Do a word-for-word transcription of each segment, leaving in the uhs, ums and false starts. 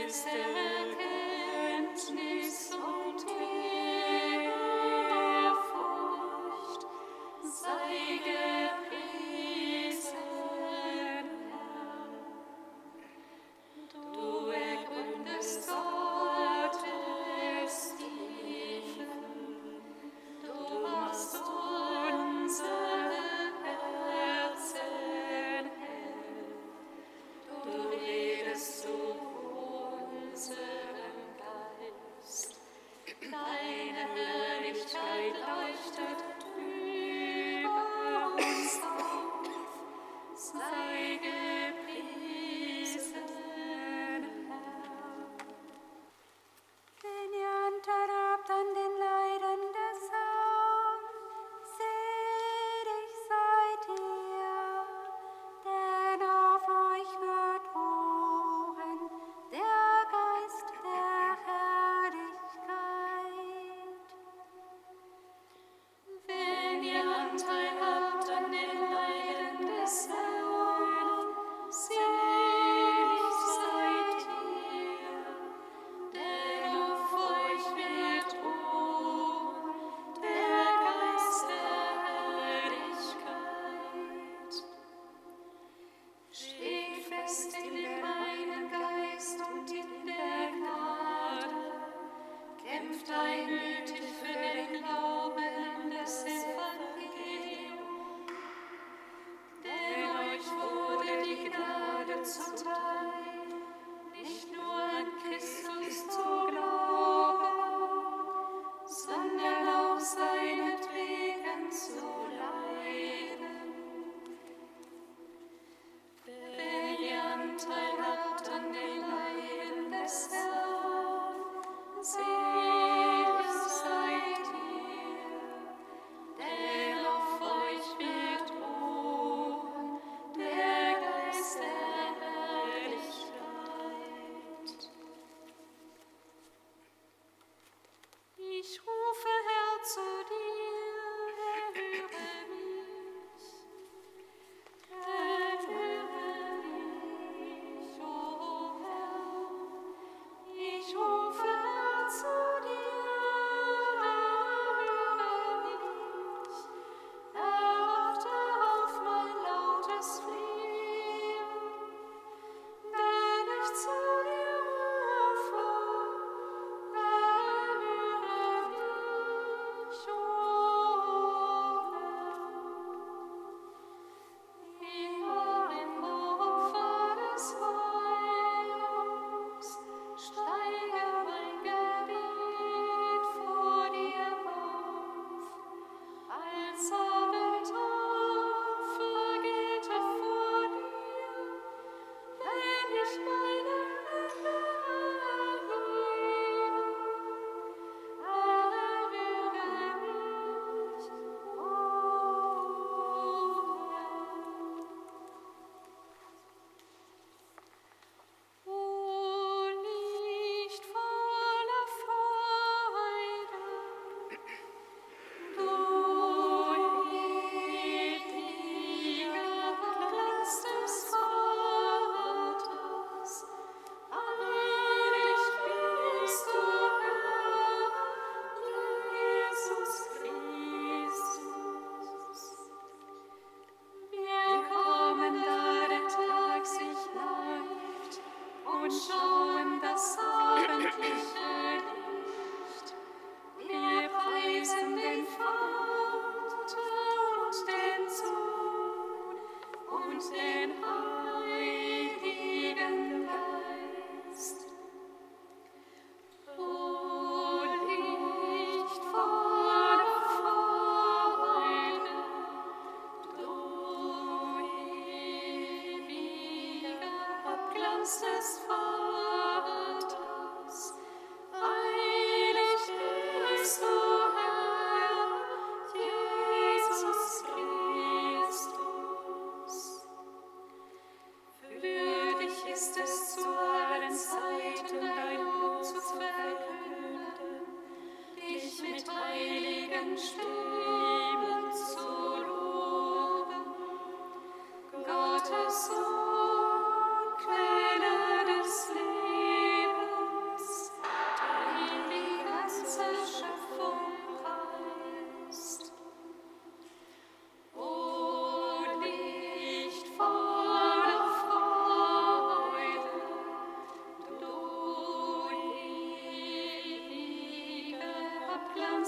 des Vaters,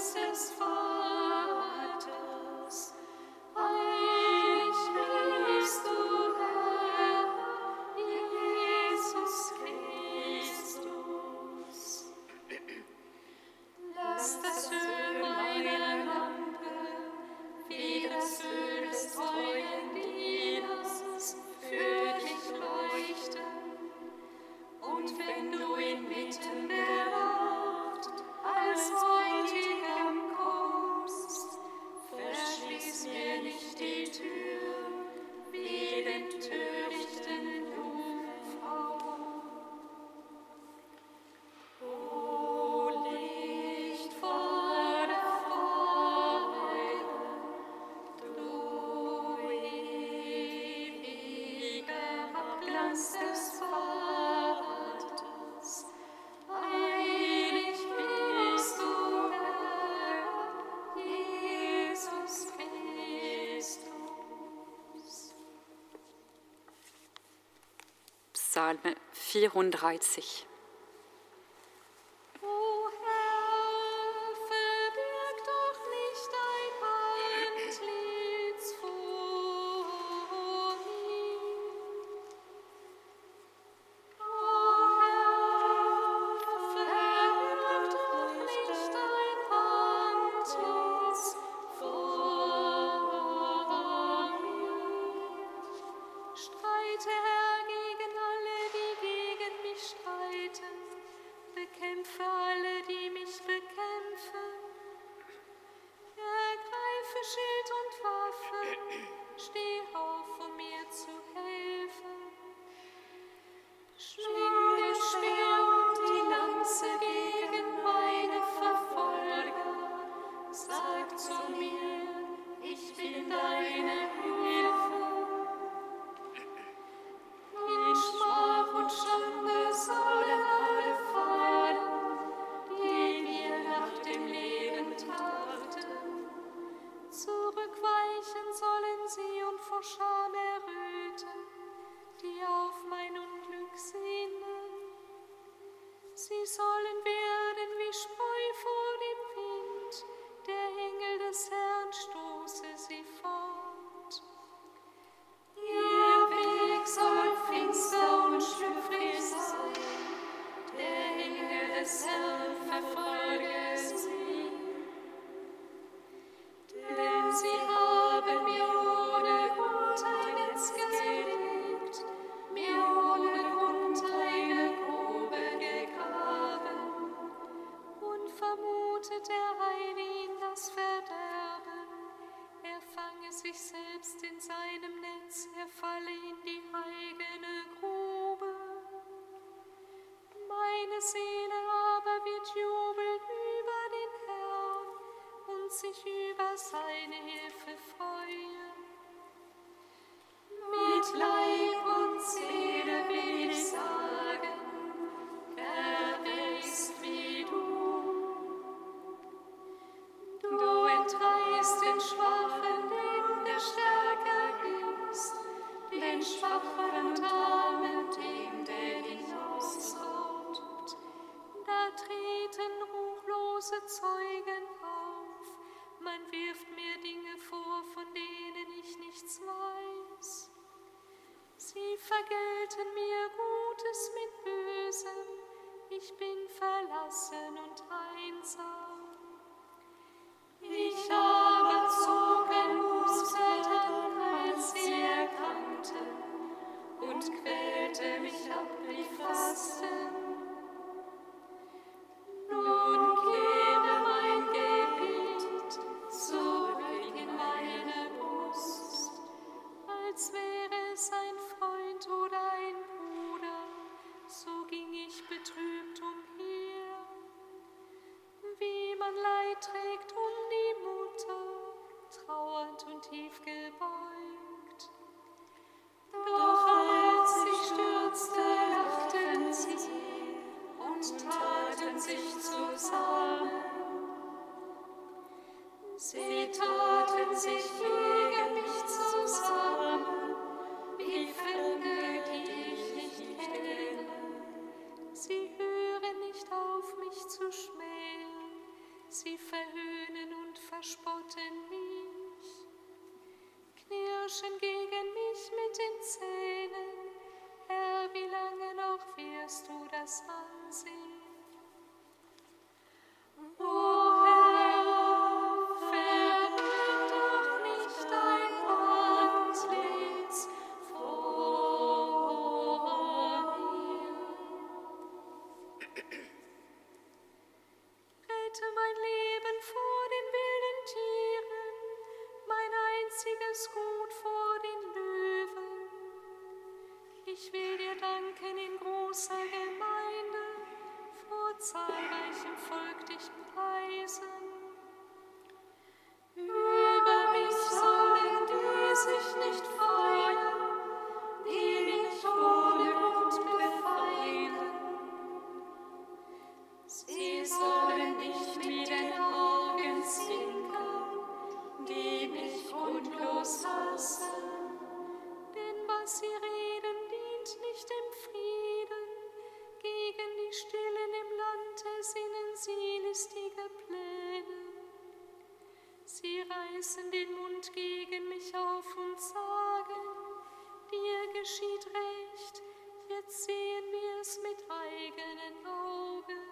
Psalm vierunddreißig. Vergelten mir Gutes mit Bösem, ich bin verlassen und einsam. Ich aber zog ein Buße, als sie erkannten, und quälte mich ab wie Fasten. Nun kehre mein Gebet zurück in meine Brust, als wäre es ein Freund oder ein Bruder, so ging ich betrübt umher. Wie man Leid trägt um die Mutter, trauernd und tief gebeugt. Doch als ich stürzte, lachten sie und taten sich zusammen. Sie taten sich gegen mich zusammen, wie Fremde, die ich nicht kenne. Sie hören nicht auf, mich zu schmähen. sie verhöhnen und verspotten mich, knirschen gegen mich mit den Zähnen. Herr, wie lange noch wirst du das ansehen? O Herr, verbirg doch nicht dein Antlitz vor mir. Rette mein Leben vor den wilden Tieren, mein einziges Gut vor den Löwen. Ich will dir danken in großer Gemeinde, vor zahlreichem Volk dich preisen. Über mich sollen die sich nicht freuen, die mich ohne Grund befeilen. Sie sollen nicht mit den Augen zinken, die mich grundlos hassen. Denn was sie reden, dient nicht dem Frieden. Gegen die Stillen im Land ersinnen sie listige Pläne. Sie reißen den Mund gegen mich auf und sagen, dir geschieht recht, jetzt sehen wir es mit eigenen Augen.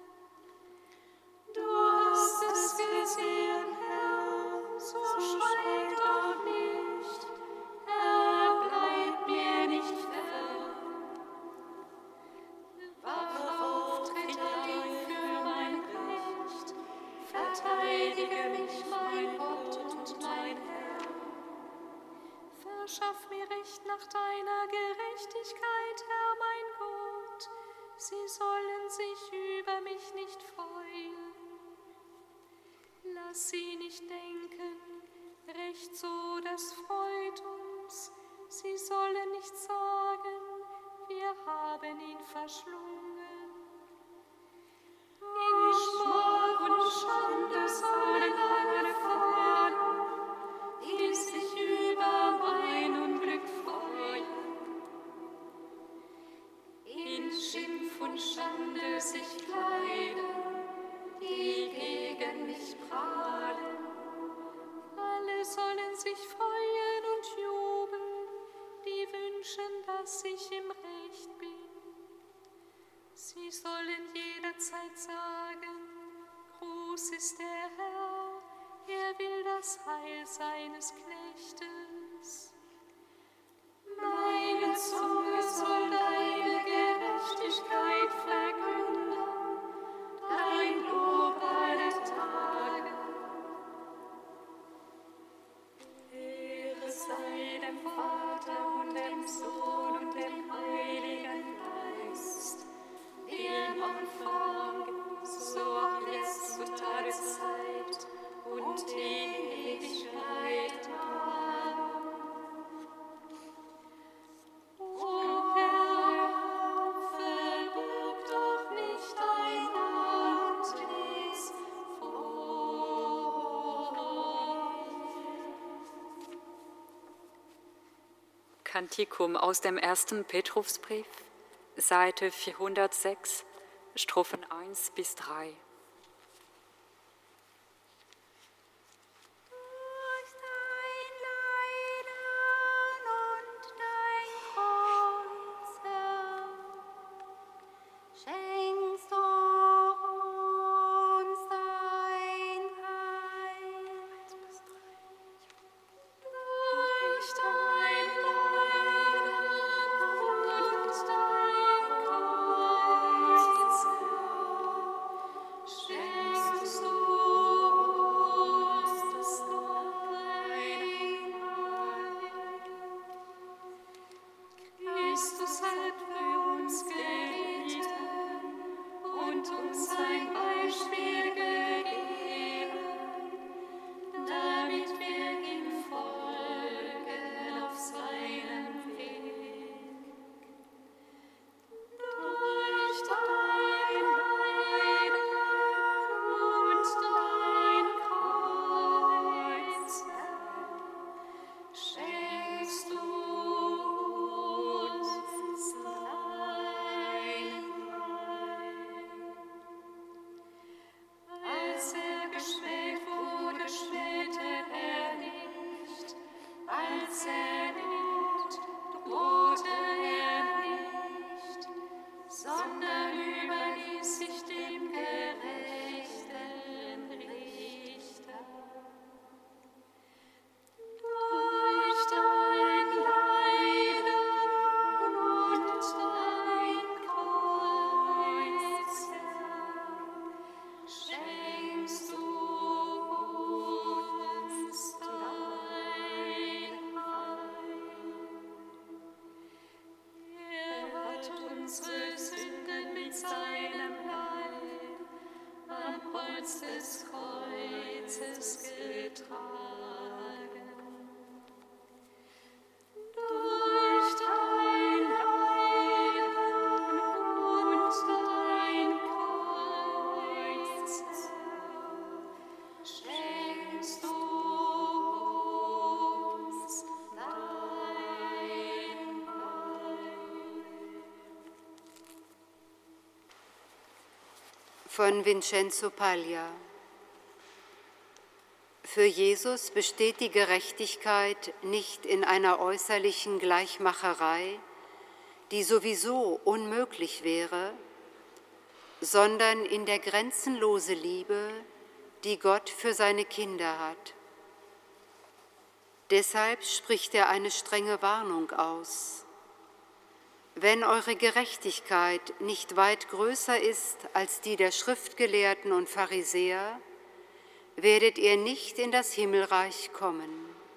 Du hast es gesehen, Herr, so schweig doch nicht, Herr, bleib mir nicht fern. Wach auf, tritt ein für mein Recht, verteidige mich, mein Gott und mein Herr. Verschaff mir Recht nach deiner Gerechtigkeit, Herr, mein Gott, sie sollen sich über mich nicht freuen. Lass sie nicht denken, recht so, das freut uns. Sie sollen nicht sagen, wir haben ihn verschlungen. In Schmach und Schande sollen alle fallen, die sich über mein Unglück freuen. In Schimpf und Schande sich kleiden, die gegen mich prahlen. Alle sollen sich freuen und jubeln, die wünschen, dass ich im Recht bin. Sie sollen jederzeit sagen, groß ist der Herr, er will das Heil seines Knechtes. Meine Zunge soll deine Gerechtigkeit verkünden, dein Lob alle Tage. Ehre sei dem Vater und dem Sohn und dem Heiligen Geist, wie im Anfang, so auch jetzt zur Tageszeit und in Ewigkeit. Amen. O Herr, verbirg doch nicht dein Antlitz vor mir. Kantikum aus dem ersten Petrusbrief, Seite vierhundertsechs, Strophen eins bis drei. Durch dein Leiden und dein Kreuz, Herr, schenkst du uns dein Heil. Durch dein Leiden und dein Kreuz, Herr, Schmerz des Kreuzes getragen. Durch dein Leiden und dein Kreuz schenkst du uns dein Heil. Von Vincenzo Paglia. Für Jesus besteht die Gerechtigkeit nicht in einer äußerlichen Gleichmacherei, die sowieso unmöglich wäre, sondern in der grenzenlose Liebe, die Gott für seine Kinder hat. Deshalb spricht er eine strenge Warnung aus. Wenn eure Gerechtigkeit nicht weit größer ist als die der Schriftgelehrten und Pharisäer, werdet ihr nicht in das Himmelreich kommen.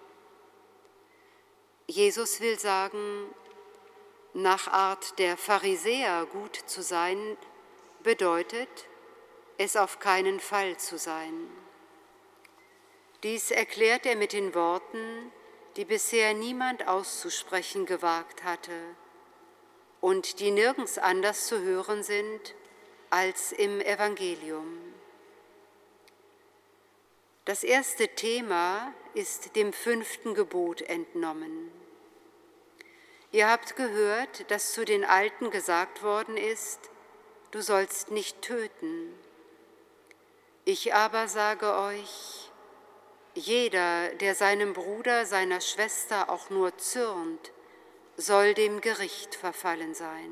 Jesus will sagen, nach Art der Pharisäer gut zu sein, bedeutet, es auf keinen Fall zu sein. Dies erklärt er mit den Worten, die bisher niemand auszusprechen gewagt hatte und die nirgends anders zu hören sind als im Evangelium. Das erste Thema ist dem fünften Gebot entnommen. Ihr habt gehört, dass zu den Alten gesagt worden ist, du sollst nicht töten. Ich aber sage euch, jeder, der seinem Bruder, seiner Schwester auch nur zürnt, soll dem Gericht verfallen sein.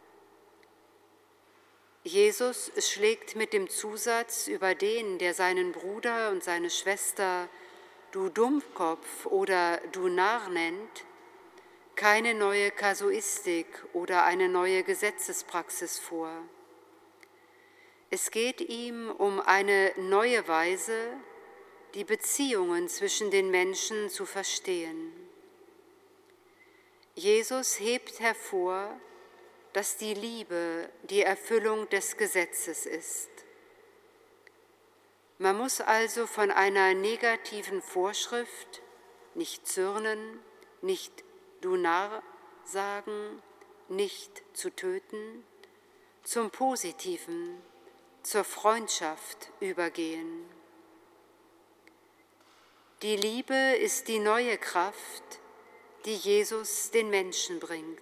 Jesus schlägt mit dem Zusatz über den, der seinen Bruder und seine Schwester du Dummkopf oder du Narr nennt, keine neue Kasuistik oder eine neue Gesetzespraxis vor. Es geht ihm um eine neue Weise, die Beziehungen zwischen den Menschen zu verstehen. Jesus hebt hervor, dass die Liebe die Erfüllung des Gesetzes ist. Man muss also von einer negativen Vorschrift, nicht zürnen, nicht du Narr sagen, nicht zu töten, zum Positiven, zur Freundschaft übergehen. Die Liebe ist die neue Kraft, die Jesus den Menschen bringt.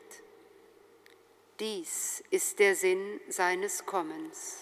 Dies ist der Sinn seines Kommens.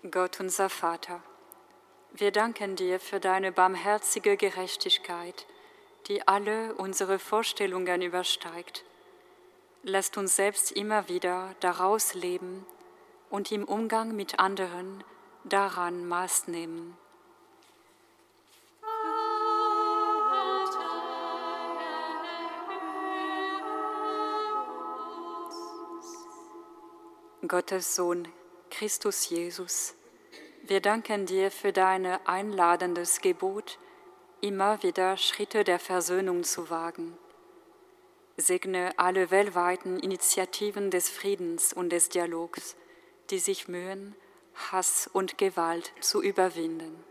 Gott unser Vater, wir danken dir für deine barmherzige Gerechtigkeit, die alle unsere Vorstellungen übersteigt. Lasst uns selbst immer wieder daraus leben und im Umgang mit anderen daran Maß nehmen. Gottes Sohn, Christus Jesus, wir danken dir für dein einladendes Gebot, immer wieder Schritte der Versöhnung zu wagen. Segne alle weltweiten Initiativen des Friedens und des Dialogs, die sich mühen, Hass und Gewalt zu überwinden.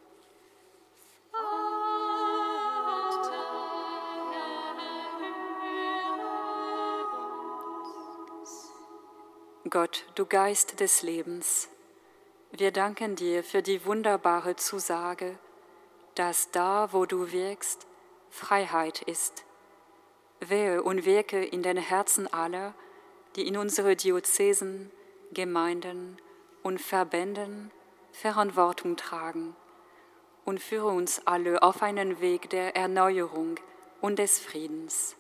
Gott, du Geist des Lebens, wir danken dir für die wunderbare Zusage, dass da, wo du wirkst, Freiheit ist. Wehe und wirke in den Herzen aller, die in unsere Diözesen, Gemeinden und Verbänden Verantwortung tragen, und führe uns alle auf einen Weg der Erneuerung und des Friedens.